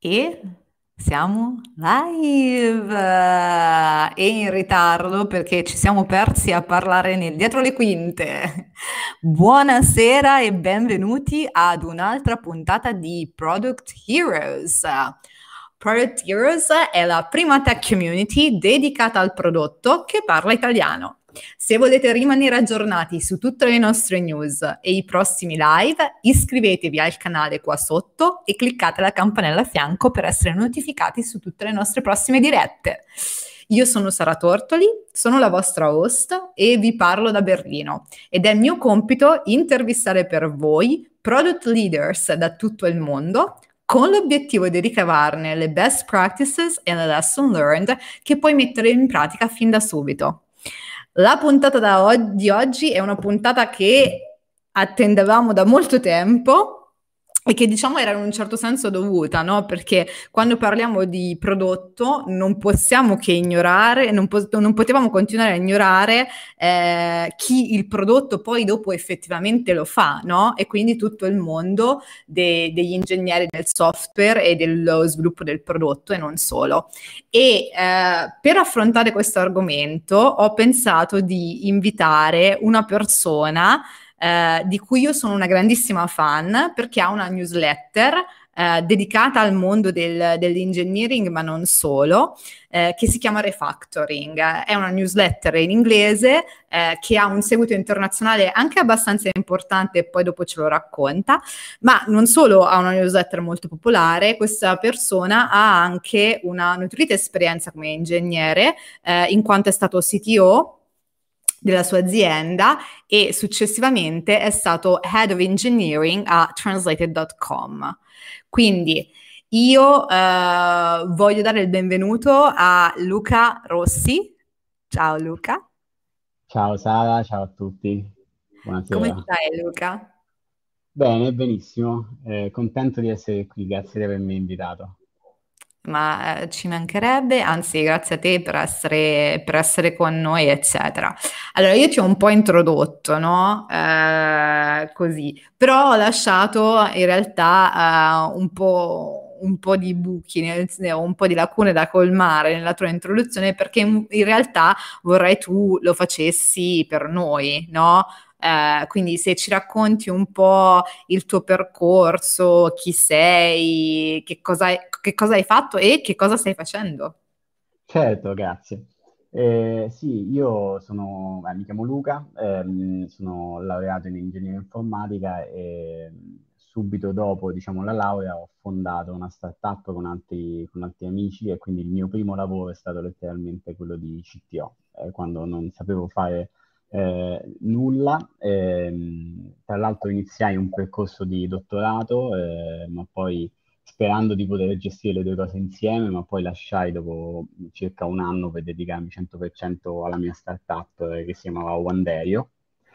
E siamo live e in ritardo perché ci siamo persi a parlare dietro le quinte. Buonasera e benvenuti ad un'altra puntata di Product Heroes. Product Heroes è la prima tech community dedicata al prodotto che parla italiano. Se volete rimanere aggiornati su tutte le nostre news e i prossimi live, iscrivetevi al canale qua sotto e cliccate la campanella a fianco per essere notificati su tutte le nostre prossime dirette. Io sono Sara Tortoli, sono la vostra host e vi parlo da Berlino ed è mio compito intervistare per voi product leaders da tutto il mondo con l'obiettivo di ricavarne le best practices e le lesson learned che puoi mettere in pratica fin da subito. La puntata di oggi è una puntata che attendevamo da molto tempo e che diciamo era in un certo senso dovuta, no? Perché quando parliamo di prodotto non possiamo che ignorare, non potevamo continuare a ignorare chi il prodotto poi dopo effettivamente lo fa, no? E quindi tutto il mondo degli ingegneri del software e dello sviluppo del prodotto e non solo. E per affrontare questo argomento ho pensato di invitare una persona di cui io sono una grandissima fan perché ha una newsletter dedicata al mondo dell'engineering, ma non solo, che si chiama Refactoring. È una newsletter in inglese che ha un seguito internazionale anche abbastanza importante, e poi dopo ce lo racconta. Ma non solo ha una newsletter molto popolare, questa persona ha anche una nutrita esperienza come ingegnere, in quanto è stato CTO della sua azienda e successivamente è stato Head of Engineering a Translated.com. Quindi io voglio dare il benvenuto a Luca Rossi. Ciao Luca, Ciao Sara, ciao a tutti, come buonasera. stai Luca? Bene, benissimo, contento di essere qui, grazie di avermi invitato. Ma ci mancherebbe, anzi, grazie a te per essere con noi, eccetera. Allora, io ti ho un po' introdotto, no? Così, però ho lasciato in realtà un po' di buchi, un po' di lacune da colmare nella tua introduzione, perché in realtà vorrei tu lo facessi per noi, no? Quindi se ci racconti un po' il tuo percorso, chi sei, che cosa hai fatto e che cosa stai facendo. Certo, grazie. Sì, io mi chiamo Luca, sono laureato in ingegneria informatica e subito dopo, diciamo, la laurea ho fondato una startup con altri amici e quindi il mio primo lavoro è stato letteralmente quello di CTO, quando non sapevo fare nulla. Tra l'altro iniziai un percorso di dottorato, ma poi sperando di poter gestire le due cose insieme, ma poi lasciai dopo circa un anno per dedicarmi 100% alla mia startup che si chiamava Wanderio.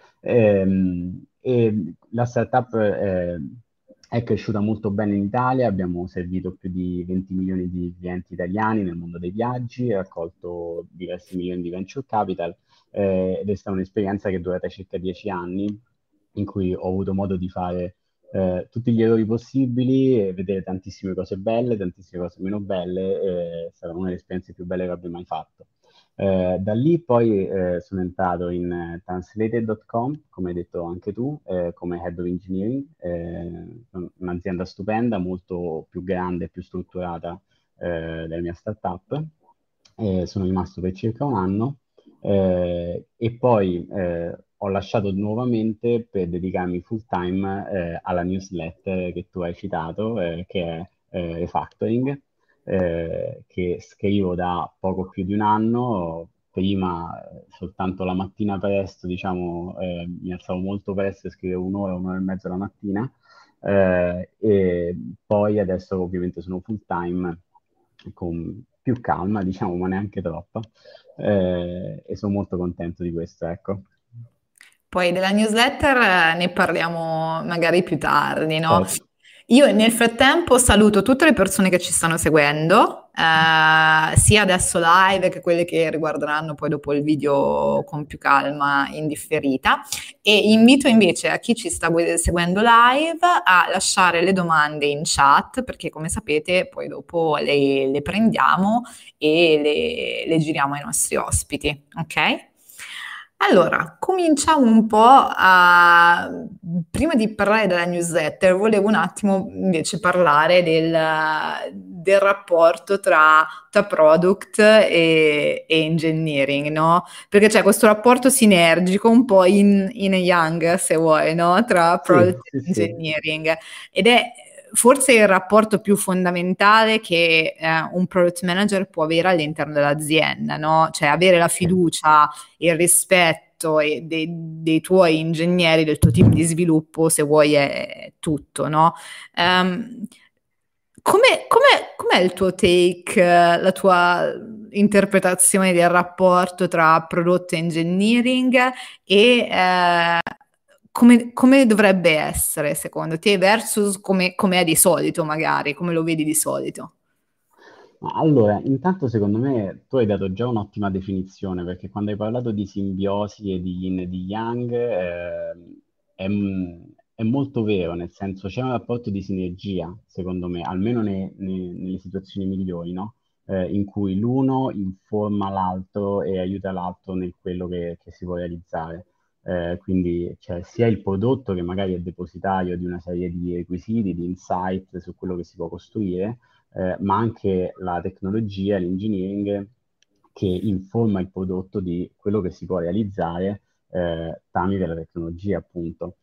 E la startup è cresciuta molto bene in Italia, abbiamo servito più di 20 milioni di clienti italiani nel mondo dei viaggi, raccolto diversi milioni di venture capital ed è stata un'esperienza che è durata circa 10 anni, in cui ho avuto modo di fare tutti gli errori possibili e vedere tantissime cose belle, tantissime cose meno belle, è stata una delle esperienze più belle che abbia mai fatto. Da lì poi sono entrato in Translated.com, come hai detto anche tu, come Head of Engineering, un'azienda stupenda, molto più grande e più strutturata della mia startup. Sono rimasto per circa un anno e poi ho lasciato nuovamente per dedicarmi full time alla newsletter che tu hai citato, che è Refactoring, che scrivo da poco più di un anno. Prima soltanto la mattina presto, diciamo, mi alzavo molto presto e scrivevo un'ora e mezza la mattina, e poi adesso ovviamente sono full time con più calma, diciamo, ma neanche troppa, e sono molto contento di questo, ecco. Poi della newsletter ne parliamo magari più tardi, no? Certo. Io nel frattempo saluto tutte le persone che ci stanno seguendo, sia adesso live che quelle che riguarderanno poi dopo il video con più calma in differita, e invito invece a chi ci sta seguendo live a lasciare le domande in chat, perché come sapete poi dopo le prendiamo e le giriamo ai nostri ospiti, ok? Allora, cominciamo un po' a... Prima di parlare della newsletter, volevo un attimo invece parlare del rapporto tra product e engineering, no? Perché c'è questo rapporto sinergico, un po' yin e yang, se vuoi, no? Tra Sì, product sì, e sì, engineering. Ed è forse il rapporto più fondamentale che un product manager può avere all'interno dell'azienda, no? Cioè avere la sì. fiducia, il rispetto dei tuoi ingegneri, del tuo team di sviluppo, se vuoi, è tutto, no? Ehm, com'è il tuo take, la tua interpretazione del rapporto tra prodotto e engineering e come dovrebbe essere secondo te versus come è di solito, magari, come lo vedi di solito? Ma allora, intanto secondo me tu hai dato già un'ottima definizione, perché quando hai parlato di simbiosi e di yin e di yang, è molto vero, nel senso c'è un rapporto di sinergia, secondo me, almeno nelle situazioni migliori, no? In cui l'uno informa l'altro e aiuta l'altro nel quello che si vuole realizzare. Quindi c'è sia il prodotto che magari è depositario di una serie di requisiti, di insight su quello che si può costruire, ma anche la tecnologia, l'engineering che informa il prodotto di quello che si può realizzare tramite la tecnologia, appunto.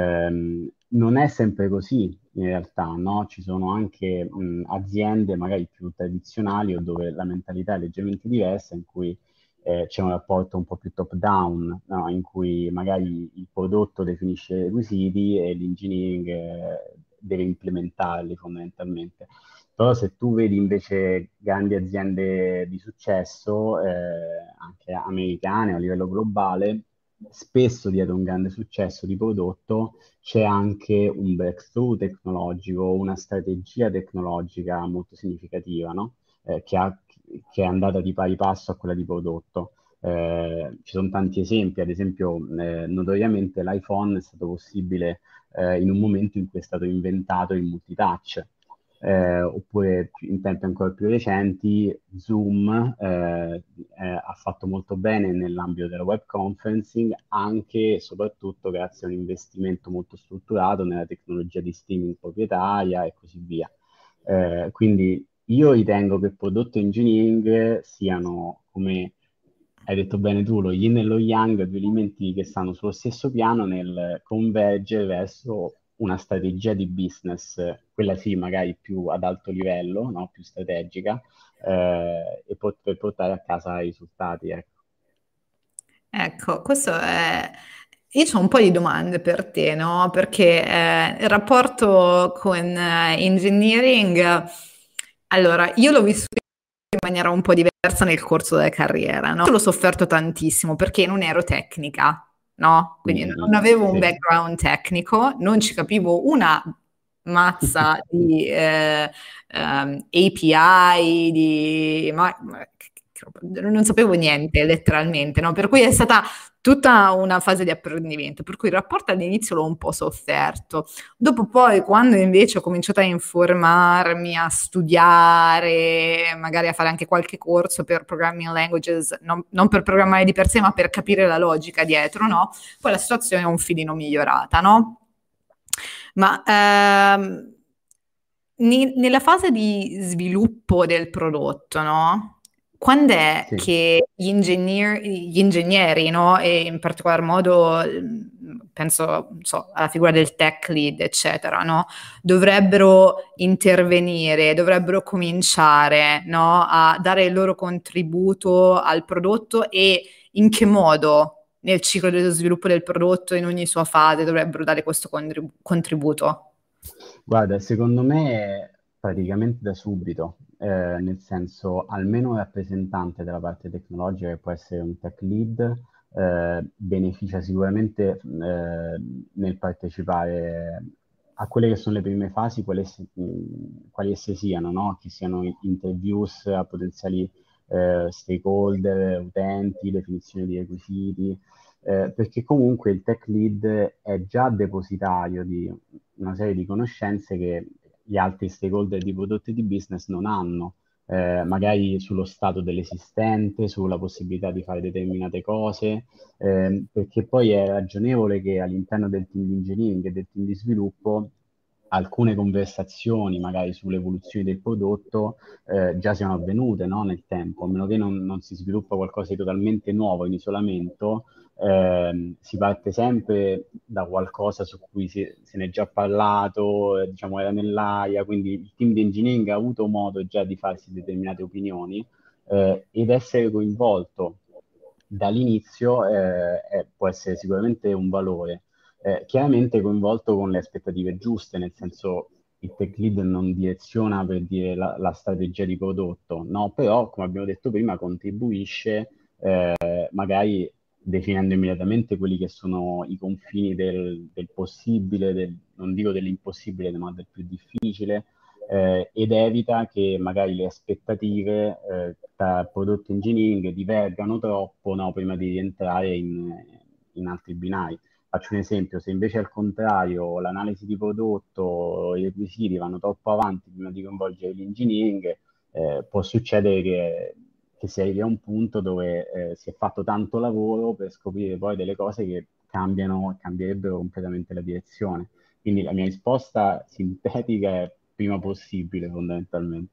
Non è sempre così in realtà, no? Ci sono anche aziende magari più tradizionali o dove la mentalità è leggermente diversa, in cui c'è un rapporto un po' più top-down, no? In cui magari il prodotto definisce i requisiti e l'engineering deve implementarli fondamentalmente. Però se tu vedi invece grandi aziende di successo, anche americane o a livello globale, spesso dietro un grande successo di prodotto c'è anche un breakthrough tecnologico, una strategia tecnologica molto significativa, no? Che è andata di pari passo a quella di prodotto. Ci sono tanti esempi, ad esempio, notoriamente l'iPhone è stato possibile in un momento in cui è stato inventato il multitouch. Oppure in tempi ancora più recenti, Zoom ha fatto molto bene nell'ambito della web conferencing, anche e soprattutto grazie a un investimento molto strutturato nella tecnologia di streaming proprietaria e così via. Quindi io ritengo che prodotto engineering siano, come hai detto bene tu, lo yin e lo yang, due elementi che stanno sullo stesso piano nel convergere verso una strategia di business, quella sì, magari più ad alto livello, no? Più strategica, per portare a casa i risultati, ecco. Ecco, questo è... Io ho un po' di domande per te, no? Perché il rapporto con engineering, allora, io l'ho vissuto in maniera un po' diversa nel corso della carriera, no? L'ho sofferto tantissimo perché non ero tecnica, no? Quindi non avevo un Sì. background tecnico, non ci capivo una mazza di API, non sapevo niente letteralmente, no? Per cui è stata tutta una fase di apprendimento, per cui il rapporto all'inizio l'ho un po' sofferto. Dopo poi, quando invece ho cominciato a informarmi, a studiare, magari a fare anche qualche corso per programming languages, non per programmare di per sé, ma per capire la logica dietro, no? Poi la situazione è un filino migliorata, no? Ma nella fase di sviluppo del prodotto, no? Quando è Sì. che gli ingegneri, no? E in particolar modo penso, non so, alla figura del tech lead, eccetera, no? Dovrebbero intervenire, dovrebbero cominciare, no? A dare il loro contributo al prodotto e in che modo nel ciclo dello sviluppo del prodotto, in ogni sua fase, dovrebbero dare questo contributo. Guarda, secondo me praticamente da subito, nel senso almeno un rappresentante della parte tecnologica che può essere un tech lead, beneficia sicuramente nel partecipare a quelle che sono le prime fasi, quali esse siano, no? Che siano interviews a potenziali stakeholder, utenti, definizione di requisiti, perché comunque il tech lead è già depositario di una serie di conoscenze che gli altri stakeholder di prodotto e di business non hanno, magari sullo stato dell'esistente, sulla possibilità di fare determinate cose, perché poi è ragionevole che all'interno del team di engineering e del team di sviluppo alcune conversazioni magari sull'evoluzione del prodotto già siano avvenute, no, nel tempo, a meno che non si sviluppa qualcosa di totalmente nuovo in isolamento. Si parte sempre da qualcosa su cui se ne è già parlato, diciamo era nell'aria, quindi il team di engineering ha avuto modo già di farsi determinate opinioni ed essere coinvolto dall'inizio può essere sicuramente un valore. Chiaramente coinvolto con le aspettative giuste, nel senso il tech lead non direziona per dire la strategia di prodotto, no, però come abbiamo detto prima contribuisce magari definendo immediatamente quelli che sono i confini del possibile, non dico dell'impossibile, ma del più difficile, ed evita che magari le aspettative tra prodotto engineering divergano troppo, no, prima di rientrare in altri binari. Faccio un esempio, se invece al contrario l'analisi di prodotto, i requisiti vanno troppo avanti prima di coinvolgere l'engineering, può succedere che si arrivi a un punto dove si è fatto tanto lavoro per scoprire poi delle cose che cambierebbero completamente la direzione. Quindi la mia risposta sintetica è prima possibile, fondamentalmente.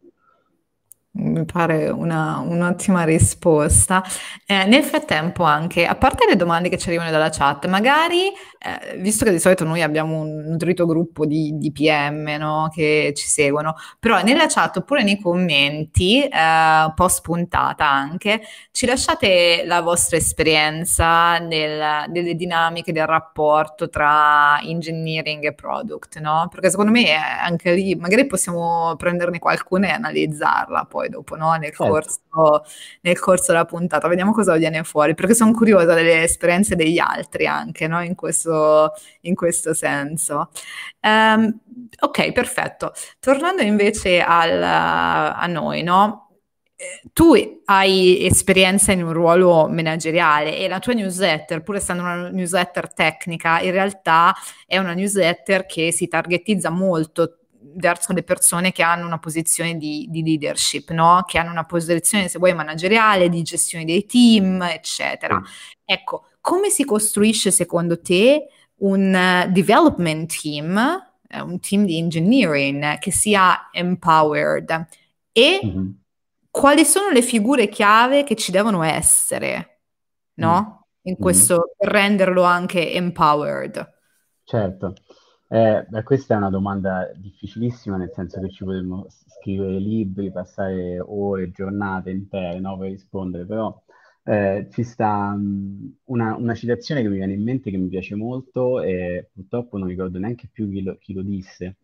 Mi pare un'ottima risposta. Nel frattempo anche, a parte le domande che ci arrivano dalla chat, magari, visto che di solito noi abbiamo un nutrito gruppo di PM, no, che ci seguono, però nella chat oppure nei commenti, post puntata anche, ci lasciate la vostra esperienza nelle dinamiche del rapporto tra engineering e product, no? Perché secondo me anche lì magari possiamo prenderne qualcuna e analizzarla poi dopo, no? Certo. Nel corso della puntata. Vediamo cosa viene fuori, perché sono curiosa delle esperienze degli altri anche, no? In questo senso. Ehm, ok, perfetto. Tornando invece a noi, no? Tu hai esperienza in un ruolo manageriale e la tua newsletter, pur essendo una newsletter tecnica, in realtà è una newsletter che si targetizza molto verso le persone che hanno una posizione di leadership, no? Che hanno una posizione, se vuoi, manageriale, di gestione dei team, eccetera. Sì. Ecco, come si costruisce secondo te un development team, un team di engineering che sia empowered? E Mhm. quali sono le figure chiave che ci devono essere, Mm. no? In Mhm. questo, per renderlo anche empowered. Certo. Beh, questa è una domanda difficilissima, nel senso che ci potremmo scrivere libri, passare ore, giornate intere, no, per rispondere, però ci sta una citazione che mi viene in mente che mi piace molto e purtroppo non ricordo neanche più chi lo disse.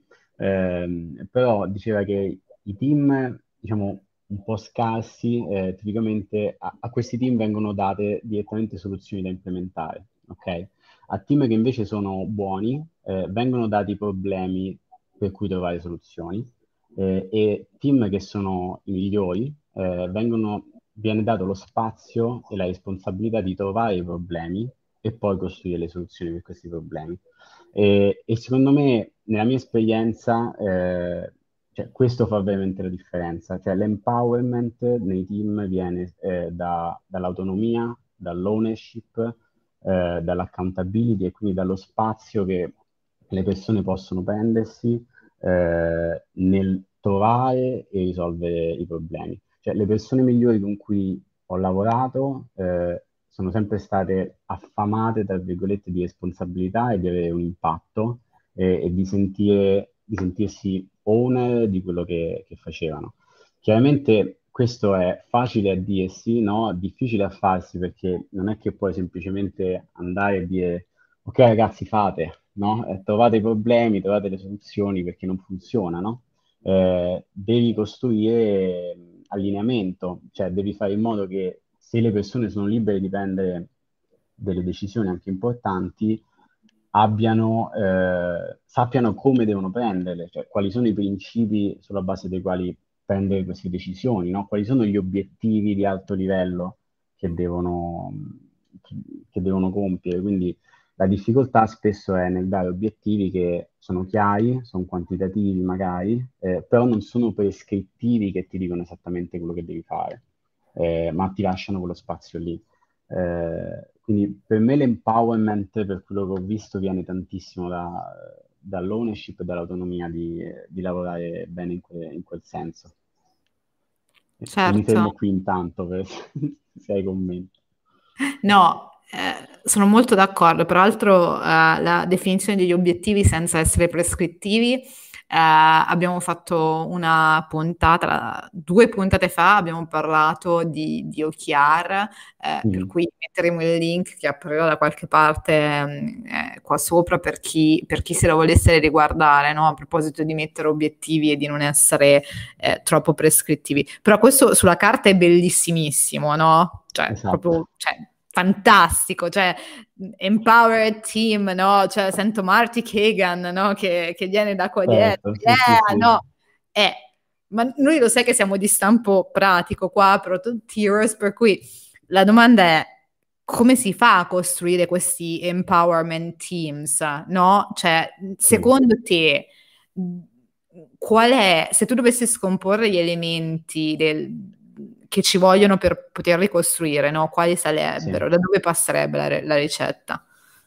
Però diceva che i team, diciamo, un po' scarsi, tipicamente a questi team vengono date direttamente soluzioni da implementare, ok? A team che invece sono buoni, vengono dati problemi per cui trovare soluzioni, e team che sono i migliori, viene dato lo spazio e la responsabilità di trovare i problemi e poi costruire le soluzioni per questi problemi. E secondo me, nella mia esperienza, cioè, questo fa veramente la differenza. Cioè, l'empowerment nei team viene dall'autonomia, dall'ownership, dall'accountability e quindi dallo spazio che le persone possono prendersi nel trovare e risolvere i problemi. Cioè, le persone migliori con cui ho lavorato sono sempre state affamate, tra virgolette, di responsabilità e di avere un impatto e di sentirsi owner di quello che facevano. Chiaramente questo è facile a dirsi, no? Difficile a farsi perché non è che puoi semplicemente andare e dire ok ragazzi fate, no? Trovate i problemi, trovate le soluzioni perché non funziona, no? Devi costruire allineamento, cioè devi fare in modo che se le persone sono libere di prendere delle decisioni anche importanti, sappiano come devono prenderle, cioè quali sono i principi sulla base dei quali prendere queste decisioni, no? Quali sono gli obiettivi di alto livello che devono, che devono compiere. Quindi la difficoltà spesso è nel dare obiettivi che sono chiari, sono quantitativi magari, però non sono prescrittivi che ti dicono esattamente quello che devi fare, ma ti lasciano quello spazio lì. Quindi per me l'empowerment, per quello che ho visto, viene tantissimo dall'ownership e dall'autonomia di lavorare bene in quel senso. E mi Certo. fermo qui intanto se hai commenti. No, sono molto d'accordo. Peraltro, la definizione degli obiettivi senza essere prescrittivi, abbiamo fatto una puntata, 2 puntate fa, abbiamo parlato di OKR, per Mm, cui metteremo il link che aprirò da qualche parte, qua sopra per chi se lo volesse riguardare, no? A proposito di mettere obiettivi e di non essere troppo prescrittivi. Però questo sulla carta è bellissimissimo, no? Cioè, esatto, proprio, cioè, fantastico, cioè, empowered team, no? Cioè, sento Marty Kagan, no? Che viene da qua dietro, certo, sì, sì, sì. no? Eh, ma noi lo sai che siamo di stampo pratico qua, tutti heroes, per cui la domanda è come si fa a costruire questi empowerment teams, no? Cioè, Mm, secondo te, qual è, se tu dovessi scomporre gli elementi che ci vogliono per poterli costruire, no? Quali sì. sarebbero? Da dove passerebbe la ricetta?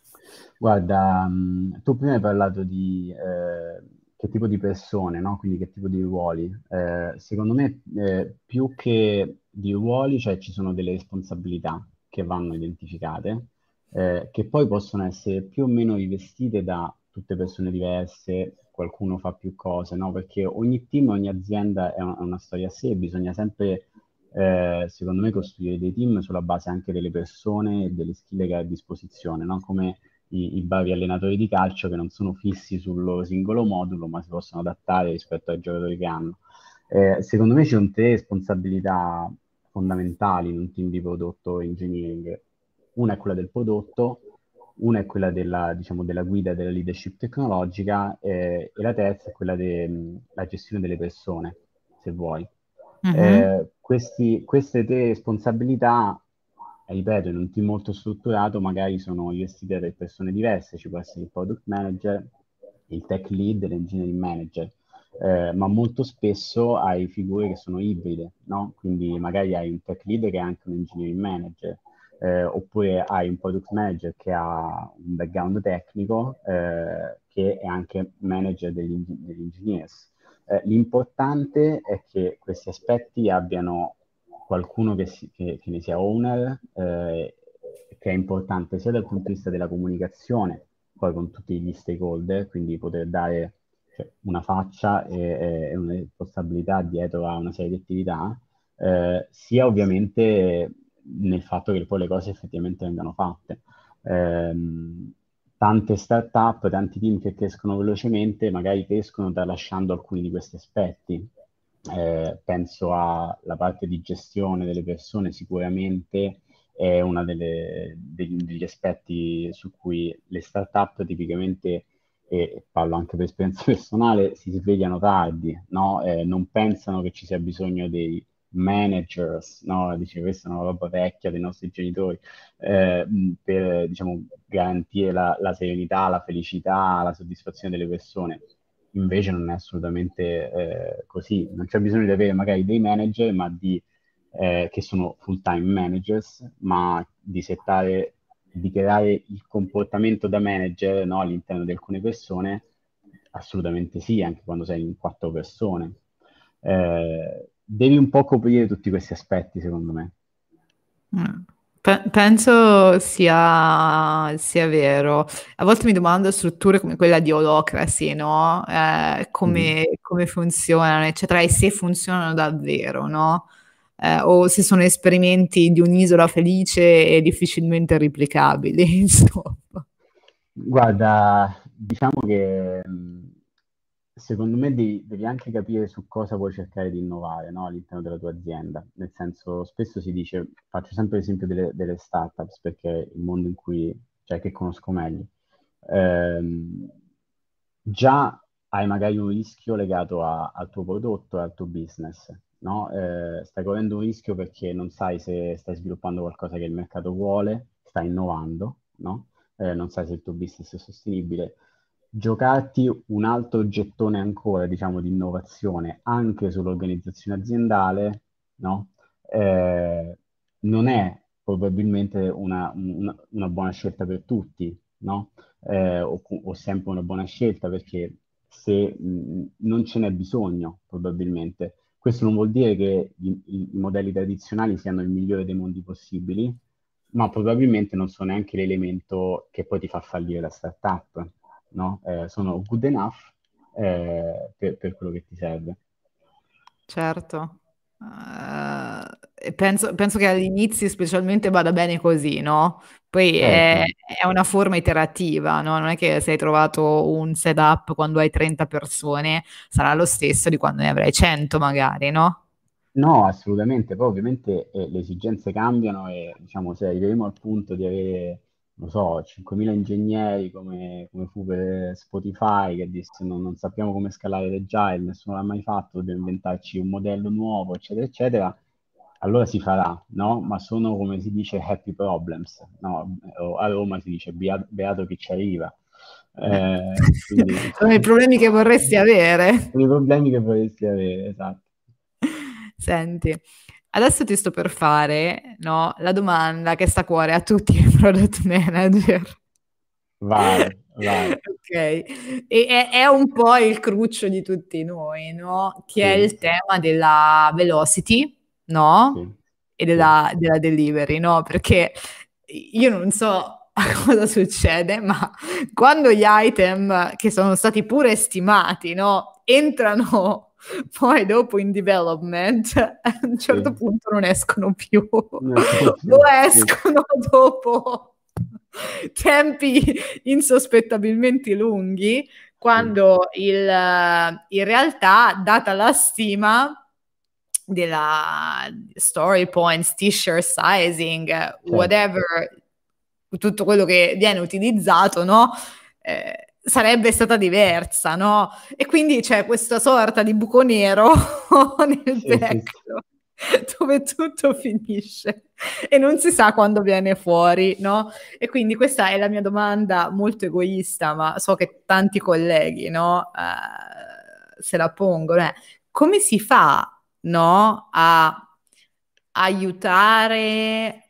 Guarda, tu prima hai parlato di che tipo di persone, no? Quindi che tipo di ruoli. Secondo me, più che di ruoli, cioè ci sono delle responsabilità che vanno identificate, che poi possono essere più o meno rivestite da tutte persone diverse, qualcuno fa più cose, no? Perché ogni team, ogni azienda è una storia a sé, bisogna sempre, secondo me, costruire dei team sulla base anche delle persone e delle skill che hai a disposizione, no? Come i vari allenatori di calcio che non sono fissi sul loro singolo modulo, ma si possono adattare rispetto ai giocatori che hanno. Secondo me ci sono tre responsabilità fondamentali in un team di prodotto engineering. Una è quella del prodotto, una è quella della, diciamo, della guida e della leadership tecnologica, e la terza è quella della gestione delle persone, se vuoi. Mhm. Queste tre responsabilità, ripeto, in un team molto strutturato, magari sono gestite da persone diverse, ci può essere il product manager, il tech lead, l'engineering manager, ma molto spesso hai figure che sono ibride, no? Quindi magari hai un tech lead che è anche un engineering manager, oppure hai un product manager che ha un background tecnico, che è anche manager degli engineers. L'importante è che questi aspetti abbiano qualcuno che ne sia owner, che è importante sia dal punto di vista della comunicazione, poi con tutti gli stakeholder, quindi poter dare cioè, una faccia e una responsabilità dietro a una serie di attività, sia ovviamente nel fatto che poi le cose effettivamente vengano fatte. Ehm, Tante start-up, tanti team che crescono velocemente, magari crescono tralasciando alcuni di questi aspetti. Penso alla parte di gestione delle persone, sicuramente è uno degli aspetti su cui le start-up tipicamente, e parlo anche per esperienza personale, si svegliano tardi, no? Non pensano che ci sia bisogno dei managers, no? Dice, questa è una roba vecchia dei nostri genitori, per, diciamo, garantire la serenità, la felicità, la soddisfazione delle persone. Invece non è assolutamente così. Non c'è bisogno di avere magari dei manager, che sono full-time managers, ma di settare, di creare il comportamento da manager, no, all'interno di alcune persone, assolutamente sì, anche quando sei in quattro persone. Devi un po' coprire tutti questi aspetti, secondo me. Mm. Penso sia vero. A volte mi domando strutture come quella di Holacracy, no? Mhm. Come funzionano, eccetera, e se funzionano davvero, no? O se sono esperimenti di un'isola felice e difficilmente replicabili, insomma. Guarda, diciamo che secondo me devi anche capire su cosa vuoi cercare di innovare, no, all'interno della tua azienda. Nel senso, spesso si dice, faccio sempre l'esempio delle startups perché è il mondo in cui, cioè, che conosco meglio. ehm, già hai magari un rischio legato al tuo prodotto e al tuo business, no? Stai correndo un rischio perché non sai se stai sviluppando qualcosa che il mercato vuole, stai innovando, no? Non sai se il tuo business è sostenibile. Giocarti un altro gettone ancora, diciamo, di innovazione anche sull'organizzazione aziendale, no? Non è probabilmente una buona scelta per tutti, no? O sempre una buona scelta perché se non ce n'è bisogno, probabilmente. Questo non vuol dire che i modelli tradizionali siano il migliore dei mondi possibili, ma probabilmente non sono neanche l'elemento che poi ti fa fallire la startup, no? Sono good enough per quello che ti serve. Certo. E penso che all'inizio specialmente vada bene così, no? Poi Certo. è una forma iterativa, no? Non è che se hai trovato un setup quando hai 30 persone, sarà lo stesso di quando ne avrai 100 magari, no? No, assolutamente, poi ovviamente le esigenze cambiano e diciamo se arriveremo al punto di avere, non so, 5.000 ingegneri come fu per Spotify che disse non sappiamo come scalare l'agile, nessuno l'ha mai fatto, dobbiamo inventarci un modello nuovo, eccetera, eccetera, allora si farà, no? Ma sono come si dice happy problems, no? O a Roma si dice beato chi ci arriva. Quindi Sono i problemi che vorresti avere. sono i problemi che vorresti avere, esatto. Senti, adesso ti sto per fare, no, la domanda che sta a cuore a tutti i product manager. Vai, vai. Ok, e è un po' il cruccio di tutti noi, no? Che è Sì, il tema della velocity, sì, no? E sì, della delivery, no? Perché io non so cosa succede, ma quando gli item che sono stati pure stimati, no? Entrano poi dopo in development, a un certo sì. punto non escono più, Non escono o più. Sì, escono dopo tempi insospettabilmente lunghi, sì, quando in realtà, data la stima della story points, t-shirt sizing, certo. whatever, tutto quello che viene utilizzato, no? Sarebbe stata diversa, no? E quindi c'è questa sorta di buco nero nel Sì, sì, sì. backlog dove tutto finisce e non si sa quando viene fuori, no? E quindi questa è la mia domanda molto egoista, ma so che tanti colleghi, no, se la pongono. Come si fa, no, a aiutare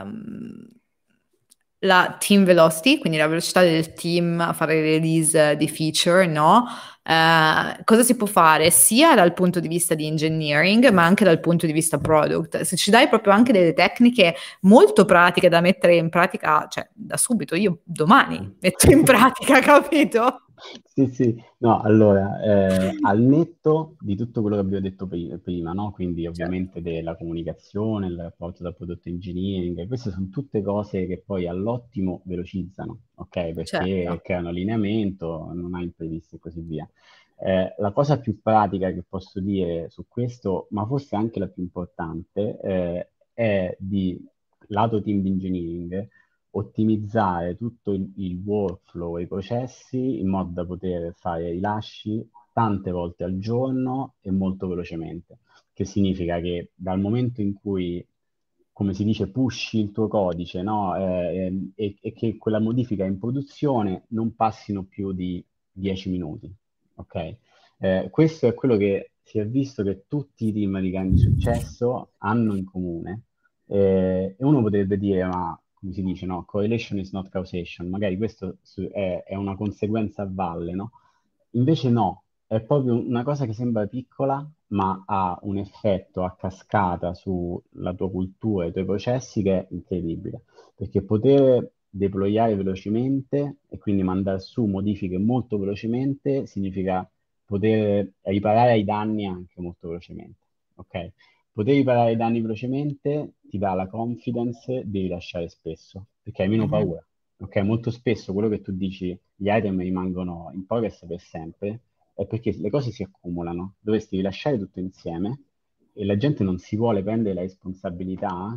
la team velocity, quindi la velocità del team a fare release di feature, no? Cosa si può fare sia dal punto di vista di engineering, ma anche dal punto di vista product? Se ci dai proprio anche delle tecniche molto pratiche da mettere in pratica, cioè da subito, io domani metto in pratica, capito? Sì, sì, no, allora, al netto di tutto quello che abbiamo detto prima, no? Quindi Certo, ovviamente della comunicazione, il rapporto tra prodotto engineering, queste sono tutte cose che poi all'ottimo velocizzano, ok? Perché certo. creano allineamento, non hai imprevisti e così via. La cosa più pratica che posso dire su questo, ma forse anche la più importante, è di lato team di engineering ottimizzare tutto il workflow e i processi in modo da poter fare rilasci tante volte al giorno e molto velocemente. Che significa che dal momento in cui, come si dice, pushi il tuo codice, no? E che quella modifica in produzione non passino più di 10 minuti. Ok? Questo è quello che si è visto che tutti i team di grande successo hanno in comune. E uno potrebbe dire, ma come si dice, no? Correlation is not causation. Magari questo è una conseguenza a valle, no? Invece no, è proprio una cosa che sembra piccola, ma ha un effetto a cascata sulla tua cultura e i tuoi processi che è incredibile. Perché poter deployare velocemente e quindi mandare su modifiche molto velocemente significa poter riparare ai danni anche molto velocemente. Ok? Poter riparare i danni velocemente ti dà la confidence di rilasciare spesso, perché hai meno Mhm. paura. Ok, molto spesso quello che tu dici, gli item rimangono in progress per sempre, è perché le cose si accumulano. Dovresti rilasciare tutto insieme e la gente non si vuole prendere la responsabilità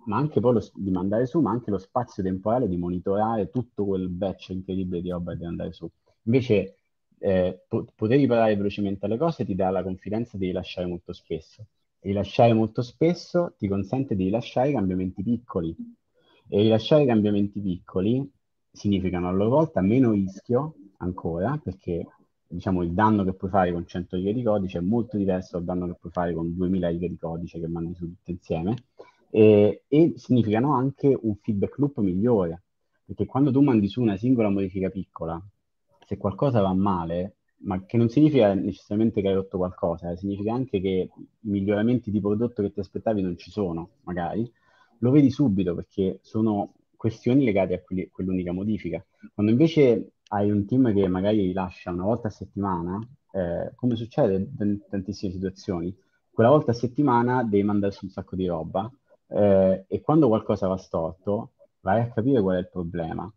ma anche poi di mandare su, ma anche lo spazio temporale di monitorare tutto quel batch incredibile di roba da andare su. Invece, poter riparare velocemente alle cose ti dà la confidenza di rilasciare molto spesso. E rilasciare molto spesso ti consente di rilasciare cambiamenti piccoli. E rilasciare cambiamenti piccoli significano a loro volta meno rischio ancora, perché diciamo il danno che puoi fare con 100 righe di codice è molto diverso dal danno che puoi fare con 2000 righe di codice che mandi su tutte insieme. E significano anche un feedback loop migliore, perché quando tu mandi su una singola modifica piccola, se qualcosa va male, ma che non significa necessariamente che hai rotto qualcosa, significa anche che i miglioramenti di prodotto che ti aspettavi non ci sono, magari, lo vedi subito perché sono questioni legate a quell'unica modifica. Quando invece hai un team che magari rilascia una volta a settimana, come succede in tantissime situazioni, quella volta a settimana devi mandare su un sacco di roba, e quando qualcosa va storto, vai a capire qual è il problema.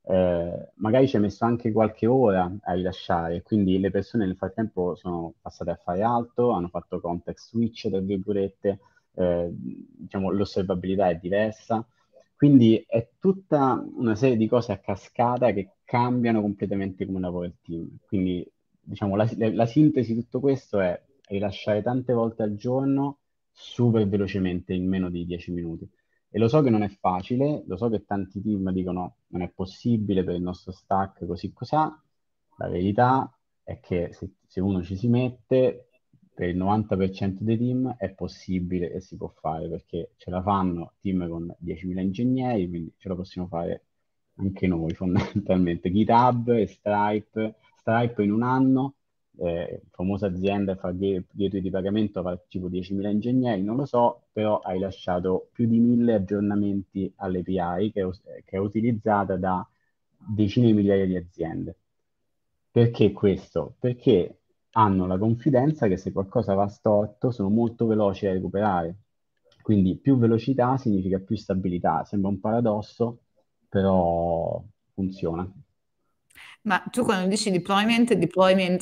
Magari ci hai messo anche qualche ora a rilasciare, quindi le persone nel frattempo sono passate a fare altro, hanno fatto context switch, tra virgolette, diciamo, l'osservabilità è diversa. Quindi è tutta una serie di cose a cascata che cambiano completamente come lavora il team. Quindi, diciamo, la sintesi di tutto questo è rilasciare tante volte al giorno super velocemente, in meno di 10 minuti. E lo so che non è facile, lo so che tanti team dicono non è possibile per il nostro stack così cos'ha. La verità è che se uno ci si mette, per il 90% dei team è possibile e si può fare perché ce la fanno team con 10.000 ingegneri, quindi ce la possiamo fare anche noi fondamentalmente. GitHub e Stripe in un anno, famosa azienda fa gateway di pagamento, fa tipo 10.000 ingegneri, non lo so, però hai lasciato più di 1.000 aggiornamenti all'API che è utilizzata da decine di migliaia di aziende. Perché questo? Perché hanno la confidenza che se qualcosa va storto sono molto veloci a recuperare. Quindi più velocità significa più stabilità. Sembra un paradosso, però funziona. Ma tu quando dici deployment, deployment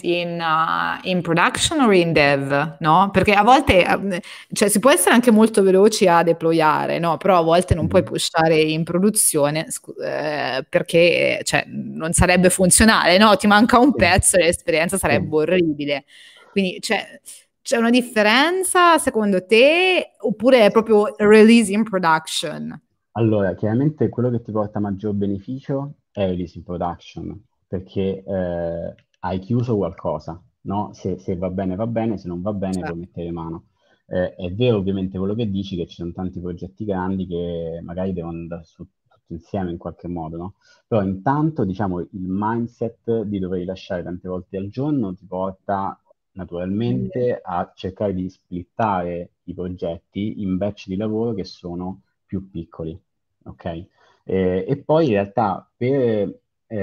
in production o in dev, no? Perché a volte, cioè, si può essere anche molto veloci a deployare, no? Però a volte non puoi Mhm. pushare in produzione, perché, cioè, non sarebbe funzionale, no? Ti manca un Sì, pezzo e l'esperienza sì. sarebbe orribile. Quindi, c'è una differenza secondo te oppure è proprio release in production? Allora, chiaramente quello che ti porta maggior beneficio è il release in production, perché hai chiuso qualcosa, no? Se va bene, se non va bene Cioè, puoi mettere mano. È vero ovviamente quello che dici, che ci sono tanti progetti grandi che magari devono andare su tutti insieme in qualche modo, no? Però intanto, diciamo, il mindset di dover rilasciare tante volte al giorno ti porta naturalmente a cercare di splittare i progetti in batch di lavoro che sono più piccoli, ok? E poi in realtà per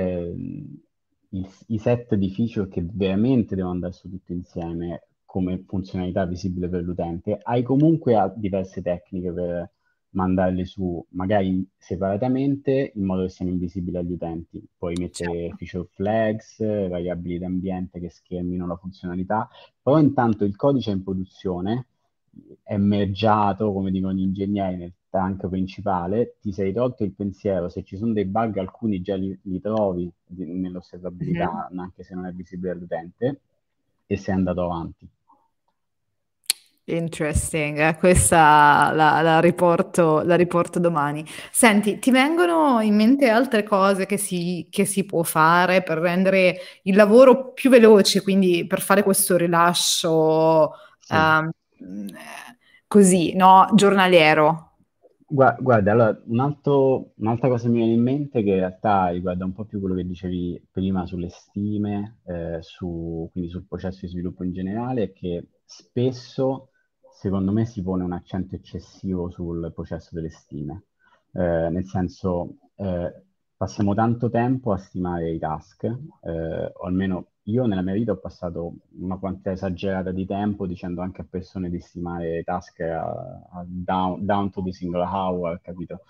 i set di feature che veramente devono andare su tutti insieme come funzionalità visibile per l'utente, hai comunque diverse tecniche per mandarli su, magari separatamente, in modo che siano invisibili agli utenti. Puoi mettere certo. feature flags, variabili d'ambiente che schermino la funzionalità, però intanto il codice è in produzione, è mergiato, come dicono gli ingegneri, nel tank principale, ti sei tolto il pensiero, se ci sono dei bug alcuni già li trovi Mhm. nell'osservabilità, anche se non è visibile all'utente, e sei andato avanti. Interesting, questa la riporto domani. Senti, ti vengono in mente altre cose che si può fare per rendere il lavoro più veloce, quindi per fare questo rilascio Sì. ehm, così, no? Giornaliero. Guarda, allora, un'altra cosa che mi viene in mente che in realtà riguarda un po' più quello che dicevi prima sulle stime, quindi sul processo di sviluppo in generale, è che spesso, secondo me, si pone un accento eccessivo sul processo delle stime. Nel senso, passiamo tanto tempo a stimare i task, o almeno io nella mia vita ho passato una quantità esagerata di tempo dicendo anche a persone di stimare task down to the single hour, capito?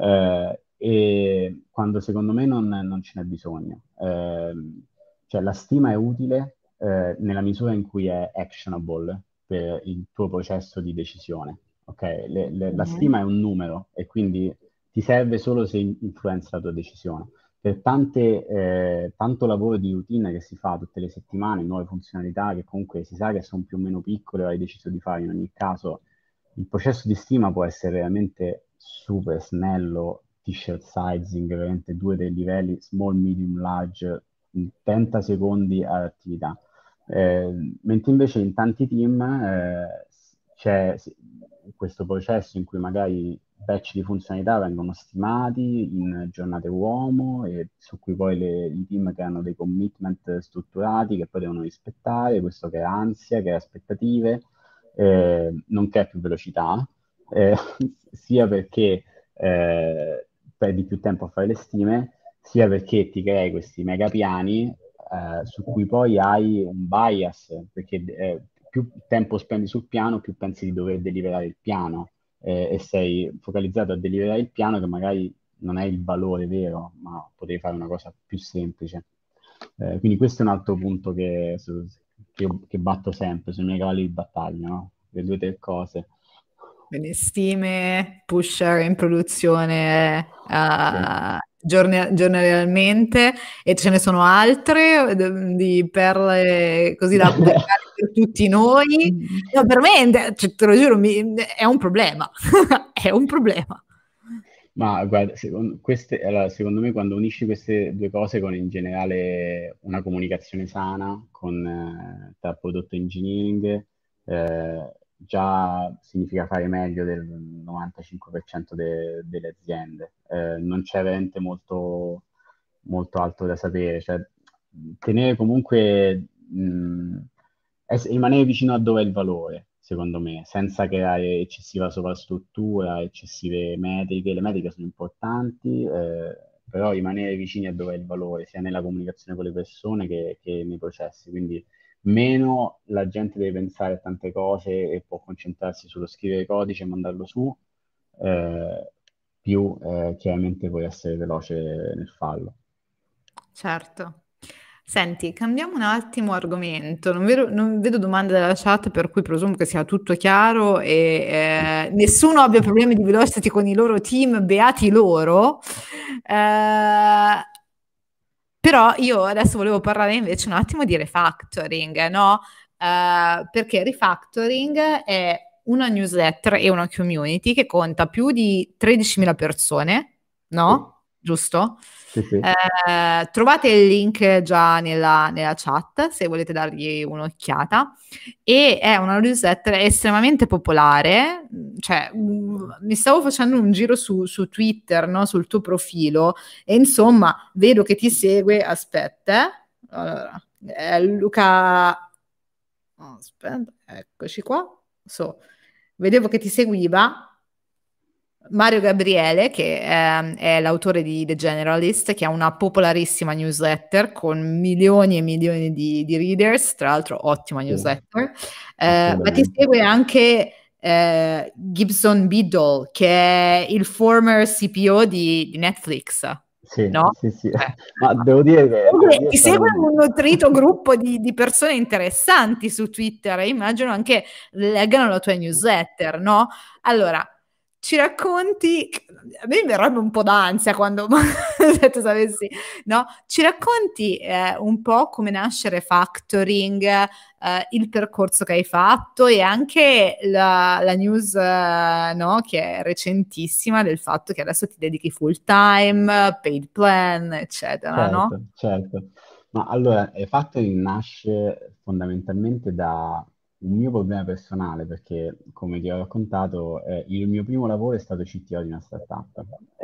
E quando secondo me non ce n'è bisogno. Cioè la stima è utile nella misura in cui è actionable per il tuo processo di decisione, ok? La Mhm. stima è un numero e quindi ti serve solo se influenza la tua decisione. Per tanto lavoro di routine che si fa tutte le settimane, nuove funzionalità che comunque si sa che sono più o meno piccole, hai deciso di fare in ogni caso, il processo di stima può essere veramente super snello, t-shirt sizing, veramente due dei livelli, small, medium, large, in 30 secondi all'attività. Mentre invece in tanti team c'è questo processo in cui magari batch di funzionalità vengono stimati in giornate uomo e su cui poi i team creano dei commitment strutturati che poi devono rispettare, questo crea ansia, crea aspettative, non crea più velocità, eh, sia perché perdi più tempo a fare le stime, sia perché ti crei questi mega piani su cui poi hai un bias, perché più tempo spendi sul piano, più pensi di dover deliberare il piano e sei focalizzato a deliberare il piano che magari non è il valore vero, ma potevi fare una cosa più semplice. Quindi questo è un altro punto che batto sempre sui miei cavalli di battaglia, no? Le due o tre cose. Quindi stime, pusher in produzione Sì. giornaliamente e ce ne sono altre di perle così da applicare per tutti noi. No, veramente, cioè, te lo giuro, è un problema. È un problema. Ma guarda, allora, secondo me quando unisci queste due cose con in generale una comunicazione sana tra prodotto engineering, già significa fare meglio del 95% delle aziende. Non c'è veramente molto altro da sapere. Cioè, tenere comunque, rimanere vicino a dove è il valore, secondo me, senza creare eccessiva sovrastruttura, eccessive metriche. Le metriche sono importanti, però rimanere vicini a dove è il valore, sia nella comunicazione con le persone che nei processi. Quindi meno la gente deve pensare a tante cose e può concentrarsi sullo scrivere codice e mandarlo su, eh, più chiaramente puoi essere veloce nel farlo. Certo. Senti, cambiamo un attimo argomento. Non vedo domande dalla chat, per cui presumo che sia tutto chiaro e nessuno abbia problemi di velocity con i loro team, beati loro. Eh, Però io adesso volevo parlare invece un attimo di refactoring, no? Perché refactoring è una newsletter e una community che conta più di 13.000 persone, Sì, no? Giusto? sì, sì. Trovate il link già nella chat se volete dargli un'occhiata e è una newsletter estremamente popolare, cioè mi stavo facendo un giro su Twitter, no? Sul tuo profilo e insomma vedo che ti segue, aspetta, allora, Luca, oh, aspetta, eccoci qua, vedevo che ti seguiva Mario Gabriele, che è l'autore di The Generalist, che ha una popolarissima newsletter con milioni e milioni di readers, tra l'altro ottima Sì, newsletter, ma ti assolutamente. segue anche Gibson Biddle, che è il former CPO di Netflix, Sì, no? sì, sì. Ma devo dire è Ti stato segue un... un nutrito gruppo di persone interessanti su Twitter e immagino anche leggano la tua newsletter, no? Allora, ci racconti, a me verrebbe un po' d'ansia quando se tu sapessi, no? Ci racconti un po' come nasce Factoring, il percorso che hai fatto e anche la news, no? Che è recentissima del fatto che adesso ti dedichi full time, paid plan, eccetera, no? Certo, certo. Ma allora, Factoring nasce fondamentalmente da un mio problema personale, perché come ti ho raccontato, il mio primo lavoro è stato CTO di una startup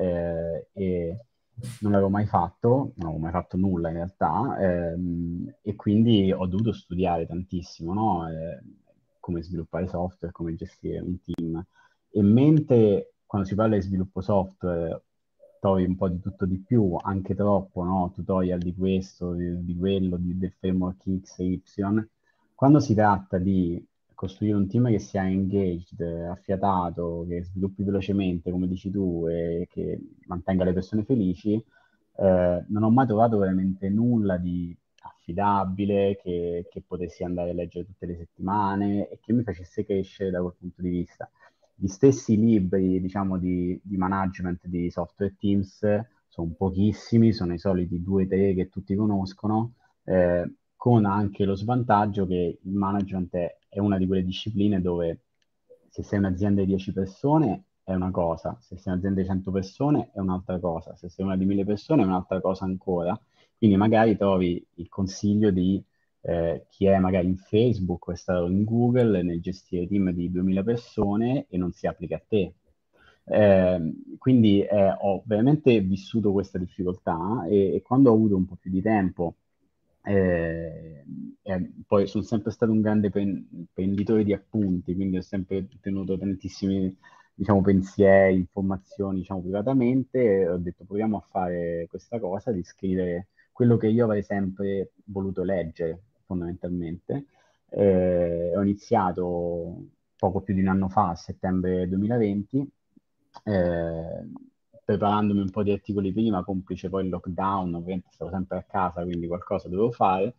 e non l'avevo mai fatto, non avevo mai fatto nulla in realtà, e quindi ho dovuto studiare tantissimo, no? Come sviluppare software, come gestire un team. E mentre quando si parla di sviluppo software trovi un po' di tutto di più, anche troppo, no? Tutorial di questo, di quello, del framework X e Y. Quando si tratta di costruire un team che sia engaged, affiatato, che sviluppi velocemente, come dici tu, e che mantenga le persone felici, non ho mai trovato veramente nulla di affidabile, che potessi andare a leggere tutte le settimane e che mi facesse crescere da quel punto di vista. gli stessi libri, diciamo, di management di software teams sono pochissimi, sono i soliti due o tre che tutti conoscono, con anche lo svantaggio che il management è una di quelle discipline dove se sei un'azienda di 10 persone è una cosa, se sei un'azienda di 100 persone è un'altra cosa, se sei una di 1000 persone è un'altra cosa ancora. Quindi magari trovi il consiglio di chi è magari in Facebook o è stato in Google nel gestire team di 2000 persone e non si applica a te. Quindi ho veramente vissuto questa difficoltà e quando ho avuto un po' più di tempo, poi sono sempre stato un grande prenditore di appunti, quindi ho sempre tenuto tantissimi, diciamo, pensieri, informazioni, diciamo, privatamente, e ho detto proviamo a fare questa cosa di scrivere quello che io avrei sempre voluto leggere, fondamentalmente. Ho iniziato poco più di un anno fa, a settembre 2020, eh, preparandomi un po' di articoli prima, complice poi il lockdown, ovviamente stavo sempre a casa, quindi qualcosa dovevo fare.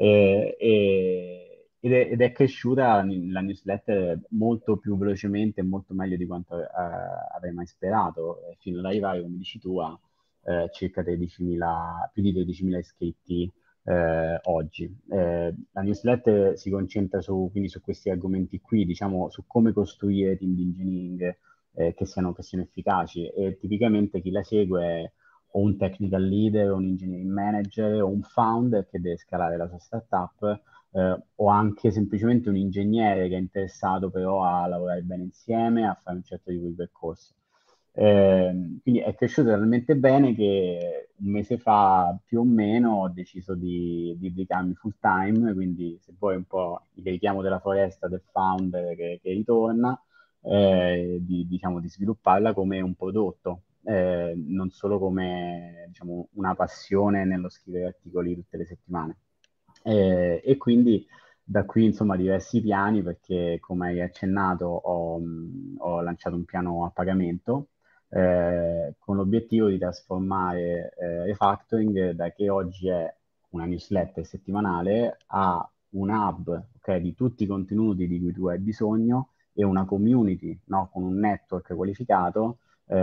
Ed è cresciuta la newsletter molto più velocemente e molto meglio di quanto avrei mai sperato, fino ad arrivare, come dici tu, a circa 13.000, più di 13.000 iscritti oggi. La newsletter si concentra quindi su questi argomenti qui, diciamo su come costruire team di engineering che siano efficaci, e tipicamente chi la segue è o un technical leader, o un engineering manager, o un founder che deve scalare la sua startup, o anche semplicemente un ingegnere che è interessato però a lavorare bene insieme, a fare un certo tipo di percorso. Quindi è cresciuto talmente bene che un mese fa più o meno ho deciso di dedicarmi full time, quindi se vuoi un po' il richiamo della foresta del founder che ritorna, diciamo, di svilupparla come un prodotto, non solo come, diciamo, una passione nello scrivere articoli tutte le settimane. E quindi da qui, insomma, diversi piani, perché come hai accennato ho lanciato un piano a pagamento con l'obiettivo di trasformare Refactoring, da che oggi è una newsletter settimanale, a un hub, ok, di tutti i contenuti di cui tu hai bisogno, e una community, no, con un network qualificato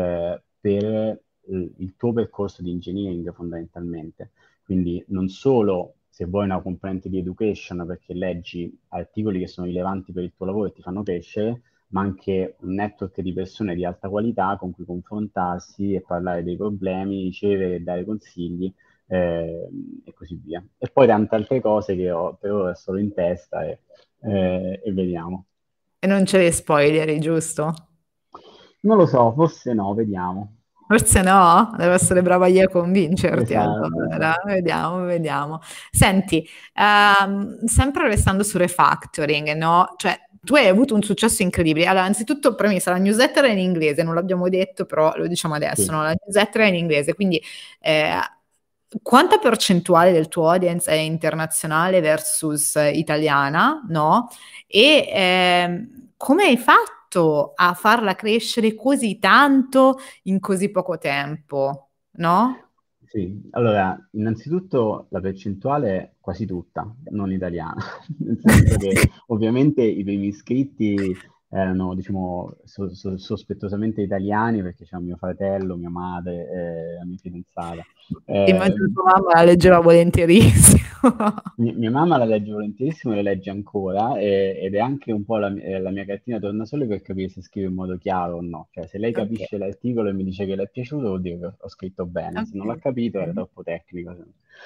per il tuo percorso di engineering, fondamentalmente. Quindi non solo se vuoi una componente di education perché leggi articoli che sono rilevanti per il tuo lavoro e ti fanno crescere, ma anche un network di persone di alta qualità con cui confrontarsi e parlare dei problemi, ricevere e dare consigli, eh, e così via. E poi tante altre cose che ho per ora solo in testa e vediamo. E non ce le spoileri, giusto? Non lo so, forse no, vediamo. Forse no, devo essere brava io a convincerti Esatto, allora, esatto. vediamo, vediamo. Senti, sempre restando su refactoring, no? Cioè, tu hai avuto un successo incredibile. Allora, anzitutto, premessa, la newsletter è in inglese, non l'abbiamo detto, però lo diciamo adesso, Sì. no? La newsletter è in inglese, quindi eh, quanta percentuale del tuo audience è internazionale versus italiana, no? E come hai fatto a farla crescere così tanto in così poco tempo, no? Sì, allora, innanzitutto la percentuale è quasi tutta non italiana, nel senso che ovviamente i primi iscritti erano, diciamo, sospettosamente italiani perché c'era mio fratello, mia madre, la mia fidanzata. Immagino Eh, tua mamma la leggeva volentierissimo. mia mamma la legge volentierissimo e la legge ancora, ed è anche un po' la mia cartina tornasole per capire se scrivo in modo chiaro o no. Cioè, se lei Ok, capisce l'articolo e mi dice che le è piaciuto, vuol dire che ho scritto bene; se non l'ha ok, capito era ok. troppo tecnico.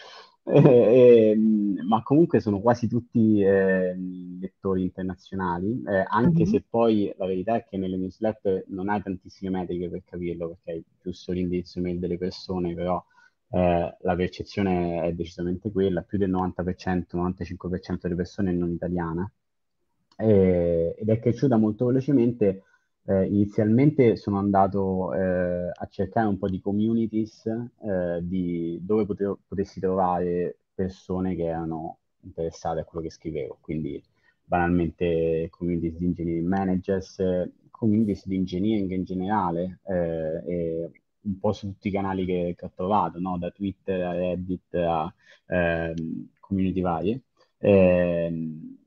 Ma comunque sono quasi tutti lettori internazionali, anche Mhm. se poi la verità è che nelle newsletter non hai tantissime metriche per capirlo, perché hai giusto l'indirizzo email delle persone, però la percezione è decisamente quella, più del 90%, 95% delle persone è non italiana, ed è cresciuta molto velocemente. Inizialmente sono andato a cercare un po' di communities dove potessi trovare persone che erano interessate a quello che scrivevo, quindi banalmente communities di engineering managers, communities di engineering in generale, e un po' su tutti i canali che ho trovato, no? Da Twitter a Reddit a community varie. Ehm,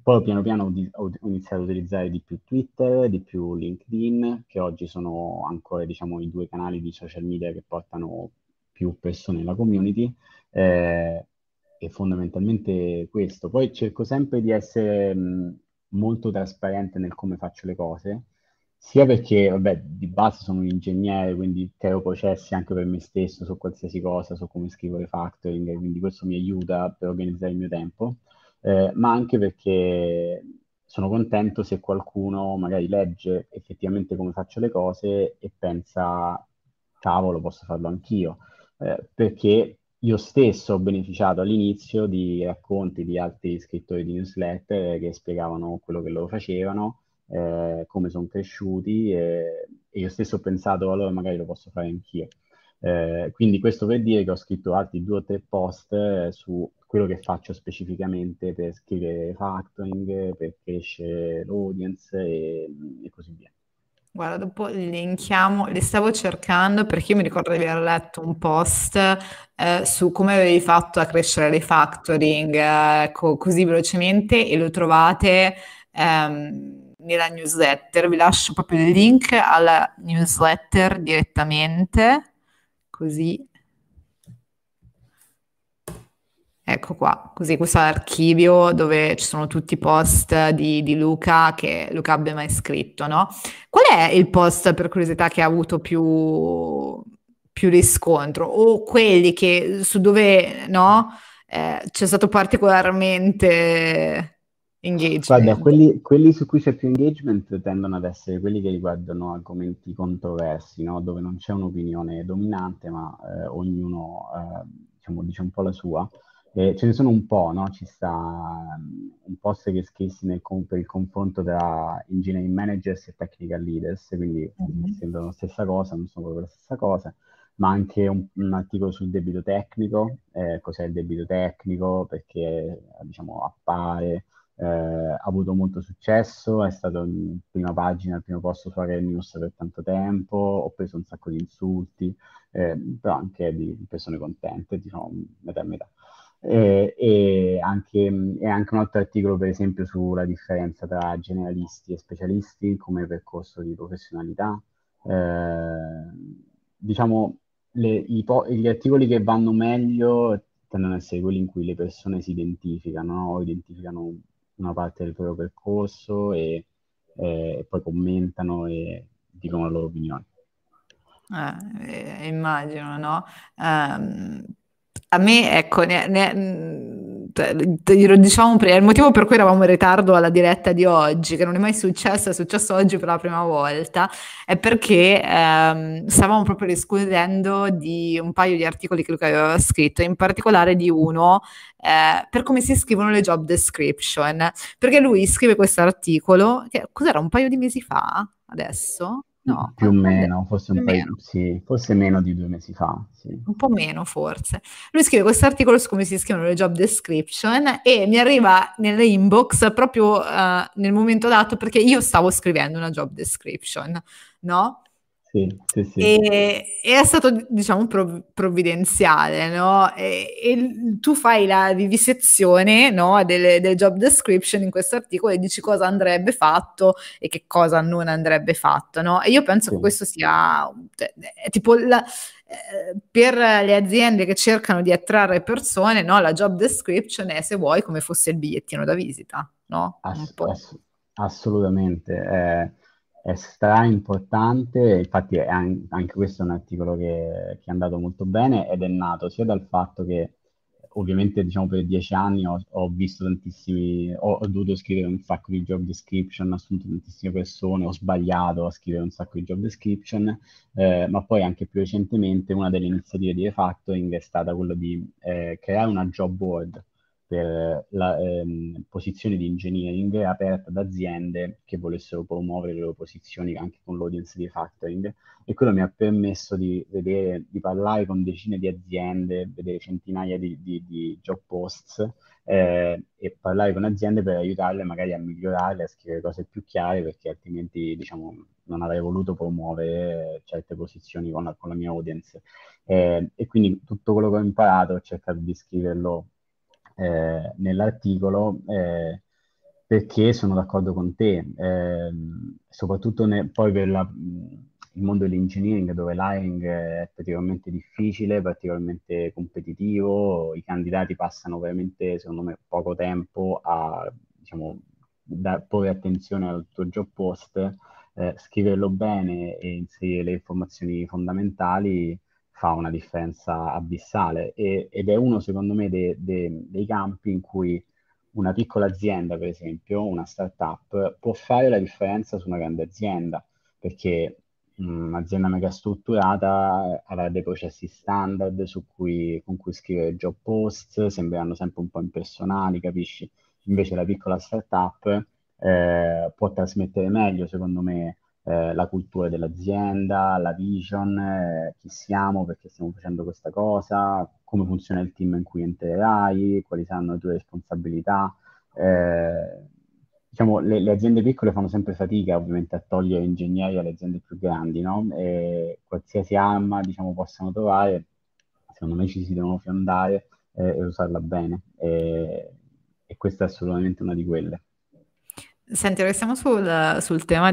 Poi piano piano ho iniziato ad utilizzare di più Twitter, di più LinkedIn, che oggi sono ancora, diciamo, i due canali di social media che portano più persone nella community. eh, e fondamentalmente questo. Poi cerco sempre di essere molto trasparente nel come faccio le cose, sia perché, vabbè, di base sono un ingegnere, quindi creo processi anche per me stesso su qualsiasi cosa, su come scrivo le factoring, quindi questo mi aiuta per organizzare il mio tempo, ma anche perché sono contento se qualcuno magari legge effettivamente come faccio le cose e pensa, cavolo, posso farlo anch'io. Perché io stesso ho beneficiato all'inizio di racconti di altri scrittori di newsletter che spiegavano quello che loro facevano, come sono cresciuti, e io stesso ho pensato, allora magari lo posso fare anch'io. Quindi questo per dire che ho scritto altri 2 o 3 post su quello che faccio specificamente per scrivere factoring, per crescere l'audience e così via. Guarda, dopo li linkiamo, li stavo cercando perché io mi ricordo di aver letto un post su come avevi fatto a crescere le factoring così velocemente e lo trovate nella newsletter. Vi lascio proprio il link alla newsletter direttamente, così. Ecco qua, così questo è l'archivio dove ci sono tutti i post di Luca che Luca abbia mai scritto, no? Qual è il post per curiosità che ha avuto più riscontro? O quelli che su dove, no? C'è stato particolarmente Guarda, engagement? quelli su cui c'è più engagement tendono ad essere quelli che riguardano argomenti controversi, no? Dove non c'è un'opinione dominante, ma ognuno diciamo, dice un po' la sua. Ce ne sono un po', no? Ci sta un post che scrissi per il confronto tra engineering managers e technical leaders, quindi Mhm. sembrano la stessa cosa, non sono proprio la stessa cosa, ma anche un articolo sul debito tecnico, cos'è il debito tecnico, perché diciamo appare, ha avuto molto successo, è stato in prima pagina, al primo posto su Area News per tanto tempo, ho preso un sacco di insulti, però anche di persone contente, diciamo metà e metà. E anche un altro articolo, per esempio, sulla differenza tra generalisti e specialisti come percorso di professionalità. Diciamo, gli articoli che vanno meglio tendono ad essere quelli in cui le persone si identificano, no? O identificano una parte del proprio percorso e poi commentano e dicono la loro opinione. Immagino, no? A me, ecco, glielo diciamo prima, il motivo per cui eravamo in ritardo alla diretta di oggi, che non è mai successo, è successo oggi per la prima volta, è perché stavamo proprio discutendo di un paio di articoli che Luca aveva scritto, in particolare di uno per come si scrivono le job description, perché lui scrive questo articolo, che cos'era, un paio di mesi fa, adesso? No, Più o quando è? meno, forse Più un o paio, meno, sì, forse meno di 2 mesi fa, sì. un po' meno forse. Lui scrive questo articolo su come si scrivono le job description e mi arriva nelle inbox proprio nel momento dato perché io stavo scrivendo una job description, no? Sì, sì, sì, E è stato, diciamo, provvidenziale, no? E tu fai la vivisezione, no, delle job description in questo articolo e dici cosa andrebbe fatto e che cosa non andrebbe fatto, no? E io penso sì. che questo sia è tipo per le aziende che cercano di attrarre persone, no? La job description è, se vuoi, come fosse il bigliettino da visita, no? Un Ass- po'. ass- assolutamente, è stra importante, infatti anche questo è un articolo che è andato molto bene ed è nato sia dal fatto che ovviamente diciamo per 10 anni ho visto tantissimi, ho dovuto scrivere un sacco di job description, ho assunto tantissime persone, ho sbagliato a scrivere un sacco di job description, ma poi anche più recentemente una delle iniziative di refactoring è stata quella di creare una job board per la posizione di engineering aperta ad aziende che volessero promuovere le loro posizioni anche con l'audience di factoring, e quello mi ha permesso di vedere, di parlare con decine di aziende, vedere centinaia di job posts, e parlare con aziende per aiutarle magari a migliorarle, a scrivere cose più chiare, perché altrimenti diciamo non avrei voluto promuovere certe posizioni con la mia audience. E quindi tutto quello che ho imparato ho cercato di scriverlo nell'articolo, perché sono d'accordo con te, soprattutto poi per il mondo dell'engineering dove l'hiring è particolarmente difficile, particolarmente competitivo, i candidati passano veramente, secondo me, poco tempo a, diciamo, porre attenzione al tuo job post, scriverlo bene e inserire le informazioni fondamentali fa una differenza abissale ed è uno, secondo me, dei campi in cui una piccola azienda, per esempio, una startup, può fare la differenza su una grande azienda, perché un'azienda mega strutturata avrà dei processi standard con cui scrivere job post, sembreranno sempre un po' impersonali, capisci? Invece la piccola startup può trasmettere meglio, secondo me, la cultura dell'azienda, la vision, chi siamo, perché stiamo facendo questa cosa, come funziona il team in cui entrerai, quali saranno le tue responsabilità. Eh, diciamo, le aziende piccole fanno sempre fatica, ovviamente, a togliere ingegneri alle aziende più grandi, no? E qualsiasi arma, diciamo, possano trovare, secondo me ci si devono fiondare e usarla bene. E questa è assolutamente una di quelle. Senti, restiamo sul tema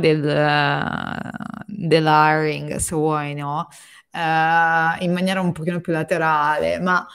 dell'hiring, se vuoi, no? In maniera un pochino più laterale, ma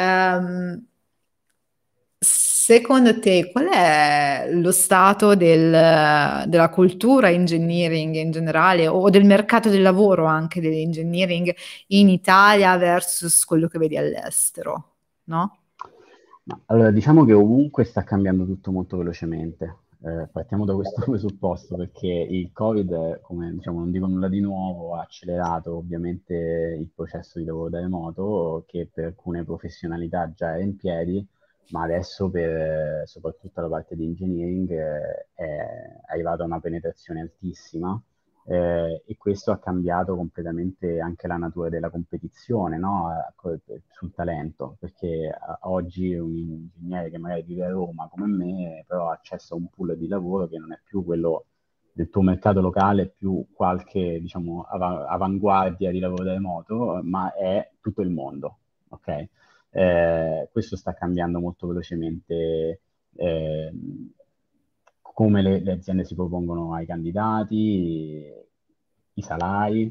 secondo te qual è lo stato della cultura engineering in generale o del mercato del lavoro anche dell'engineering in Italia versus quello che vedi all'estero, no? Ma, allora, diciamo che ovunque sta cambiando tutto molto velocemente. Partiamo da questo presupposto perché il Covid, come diciamo, non dico nulla di nuovo, ha accelerato ovviamente il processo di lavoro da remoto, che per alcune professionalità già era in piedi, ma adesso soprattutto la parte di engineering è arrivata a una penetrazione altissima e questo ha cambiato completamente anche la natura della competizione, no? Sul talento, perché oggi un ingegnere che magari vive a Roma come me, però ha accesso a un pool di lavoro che non è più quello del tuo mercato locale, è più qualche, diciamo, avanguardia di lavoro da remoto, ma è tutto il mondo, ok? Questo sta cambiando molto velocemente eh, come le aziende si propongono ai candidati, i salari,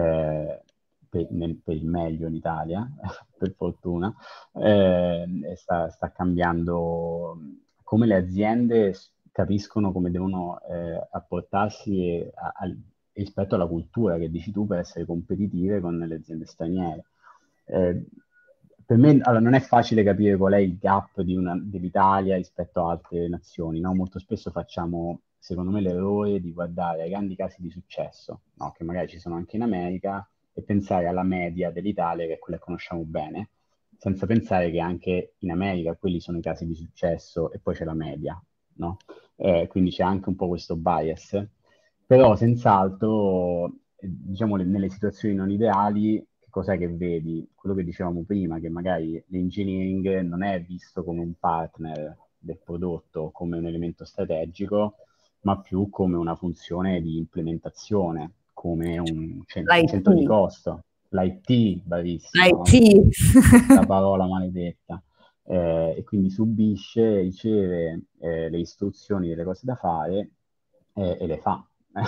per il meglio in Italia, per fortuna, e sta cambiando come le aziende capiscono come devono apportarsi rispetto alla cultura che dici tu per essere competitive con le aziende straniere. Eh, per me allora, non è facile capire qual è il gap dell'Italia rispetto a altre nazioni, no? Molto spesso facciamo, secondo me, l'errore di guardare ai grandi casi di successo, no? Che magari ci sono anche in America, e pensare alla media dell'Italia, che è quella che conosciamo bene, senza pensare che anche in America quelli sono i casi di successo e poi c'è la media, no? Quindi c'è anche un po' questo bias. Però senz'altro, diciamo, nelle situazioni non ideali, che cos'è che vedi? Quello che dicevamo prima, che magari l'engineering non è visto come un partner del prodotto, come un elemento strategico, ma più come una funzione di implementazione, come un L'IT, centro di costo. L'IT, bravissima, l'IT. no? Questa parola maledetta. E quindi subisce, riceve le istruzioni delle cose da fare e le fa.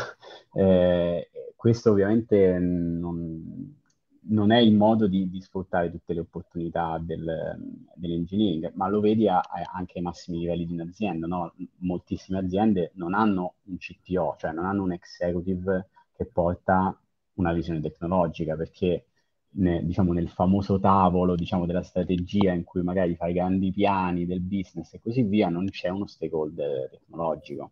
Questo ovviamente non è il modo di sfruttare tutte le opportunità dell'engineering, ma lo vedi anche ai massimi livelli di un'azienda, no? Moltissime aziende non hanno un CTO, cioè non hanno un executive che porta una visione tecnologica, perché diciamo, nel famoso tavolo, diciamo, della strategia in cui magari fai grandi piani del business e così via, non c'è uno stakeholder tecnologico.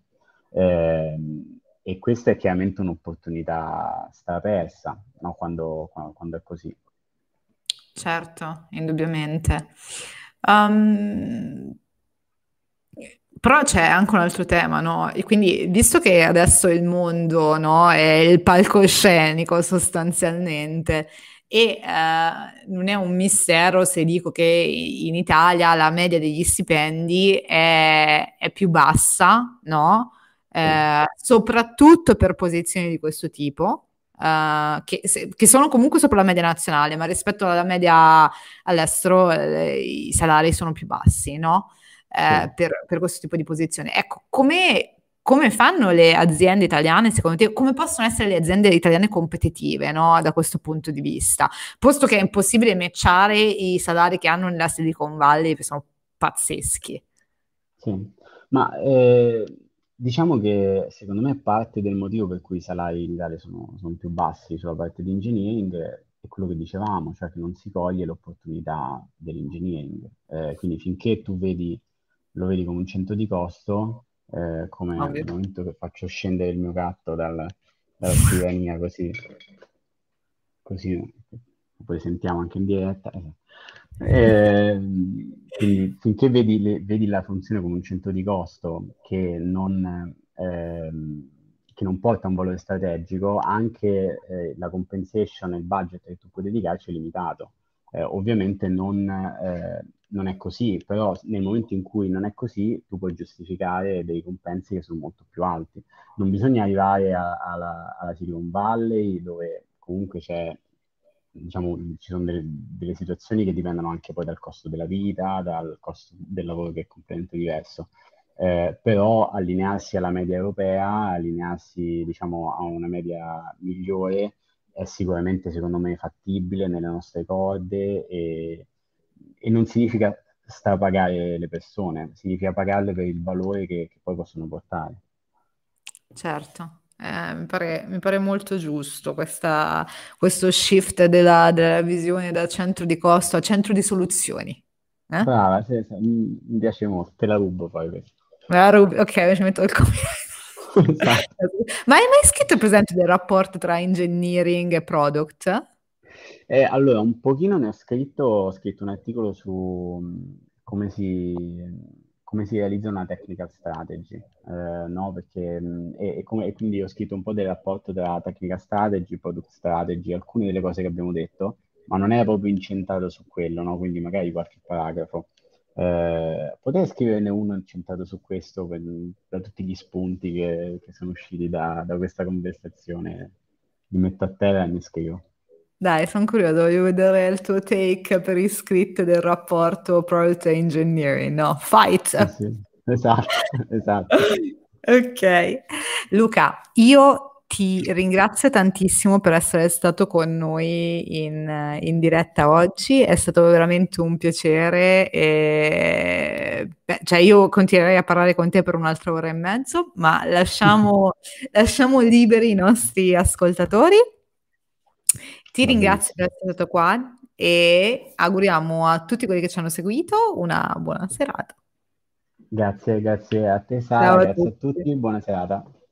E questa è chiaramente un'opportunità strapersa, no? Quando è così. Certo, indubbiamente. Um, Però c'è anche un altro tema, no? E quindi, visto che adesso il mondo, no, è il palcoscenico sostanzialmente, e non è un mistero se dico che in Italia la media degli stipendi è più bassa, no? Sì. Soprattutto per posizioni di questo tipo, che sono comunque sopra la media nazionale, ma rispetto alla media all'estero, i salari sono più bassi, no? Sì. per questo tipo di posizione. Ecco, come fanno le aziende italiane, secondo te, come possono essere le aziende italiane competitive, no, da questo punto di vista? Posto che è impossibile matchare i salari che hanno nella Silicon Valley, che sono pazzeschi. Sì, ma diciamo che secondo me parte del motivo per cui i salari in Italia sono più bassi sulla parte di engineering è quello che dicevamo, cioè che non si coglie l'opportunità dell'engineering. Quindi finché lo vedi come un centro di costo, come Ovvio. nel momento che faccio scendere il mio gatto dalla scrivania così poi sentiamo anche in diretta. Quindi finché vedi la funzione come un centro di costo che non porta un valore strategico, anche la compensation e il budget che tu puoi dedicarci è limitato. Ovviamente non è così, però nel momento in cui non è così, tu puoi giustificare dei compensi che sono molto più alti. Non bisogna arrivare alla Silicon Valley, dove comunque diciamo, ci sono delle situazioni che dipendono anche poi dal costo della vita, dal costo del lavoro che è completamente diverso. Però allinearsi alla media europea, allinearsi, diciamo, a una media migliore è sicuramente, secondo me, fattibile nelle nostre corde e non significa strapagare le persone, significa pagarle per il valore che poi possono portare. Certo, mi pare molto giusto questo shift della visione da centro di costo a centro di soluzioni. Eh? Brava, sì, sì, mi piace molto, te la rubo poi questo. Ok, ci metto il Esatto. Ma hai mai scritto presente del rapporto tra engineering e product? Allora, un pochino ne ho scritto un articolo su come si realizza una technical strategy, no? Perché, e quindi ho scritto un po' del rapporto tra technical strategy, product strategy, alcune delle cose che abbiamo detto, ma non era proprio incentrato su quello, no? Quindi magari qualche paragrafo. Potrei scriverne uno incentrato su questo da tutti gli spunti che sono usciti da questa conversazione. Mi metto a terra e ne scrivo. Dai, sono curioso, voglio vedere il tuo take per iscritto del rapporto Product Engineering, no? Sì, Fight! sì, esatto, esatto. Ok, Luca, io ti ringrazio tantissimo per essere stato con noi in diretta oggi, è stato veramente un piacere e beh, cioè io continuerei a parlare con te per un'altra ora e mezzo, ma lasciamo liberi i nostri ascoltatori. Ti Va ringrazio per benissimo. essere stato qua e auguriamo a tutti quelli che ci hanno seguito una buona serata. Grazie, grazie a te Sara, Ciao a grazie a tutti. tutti, buona serata.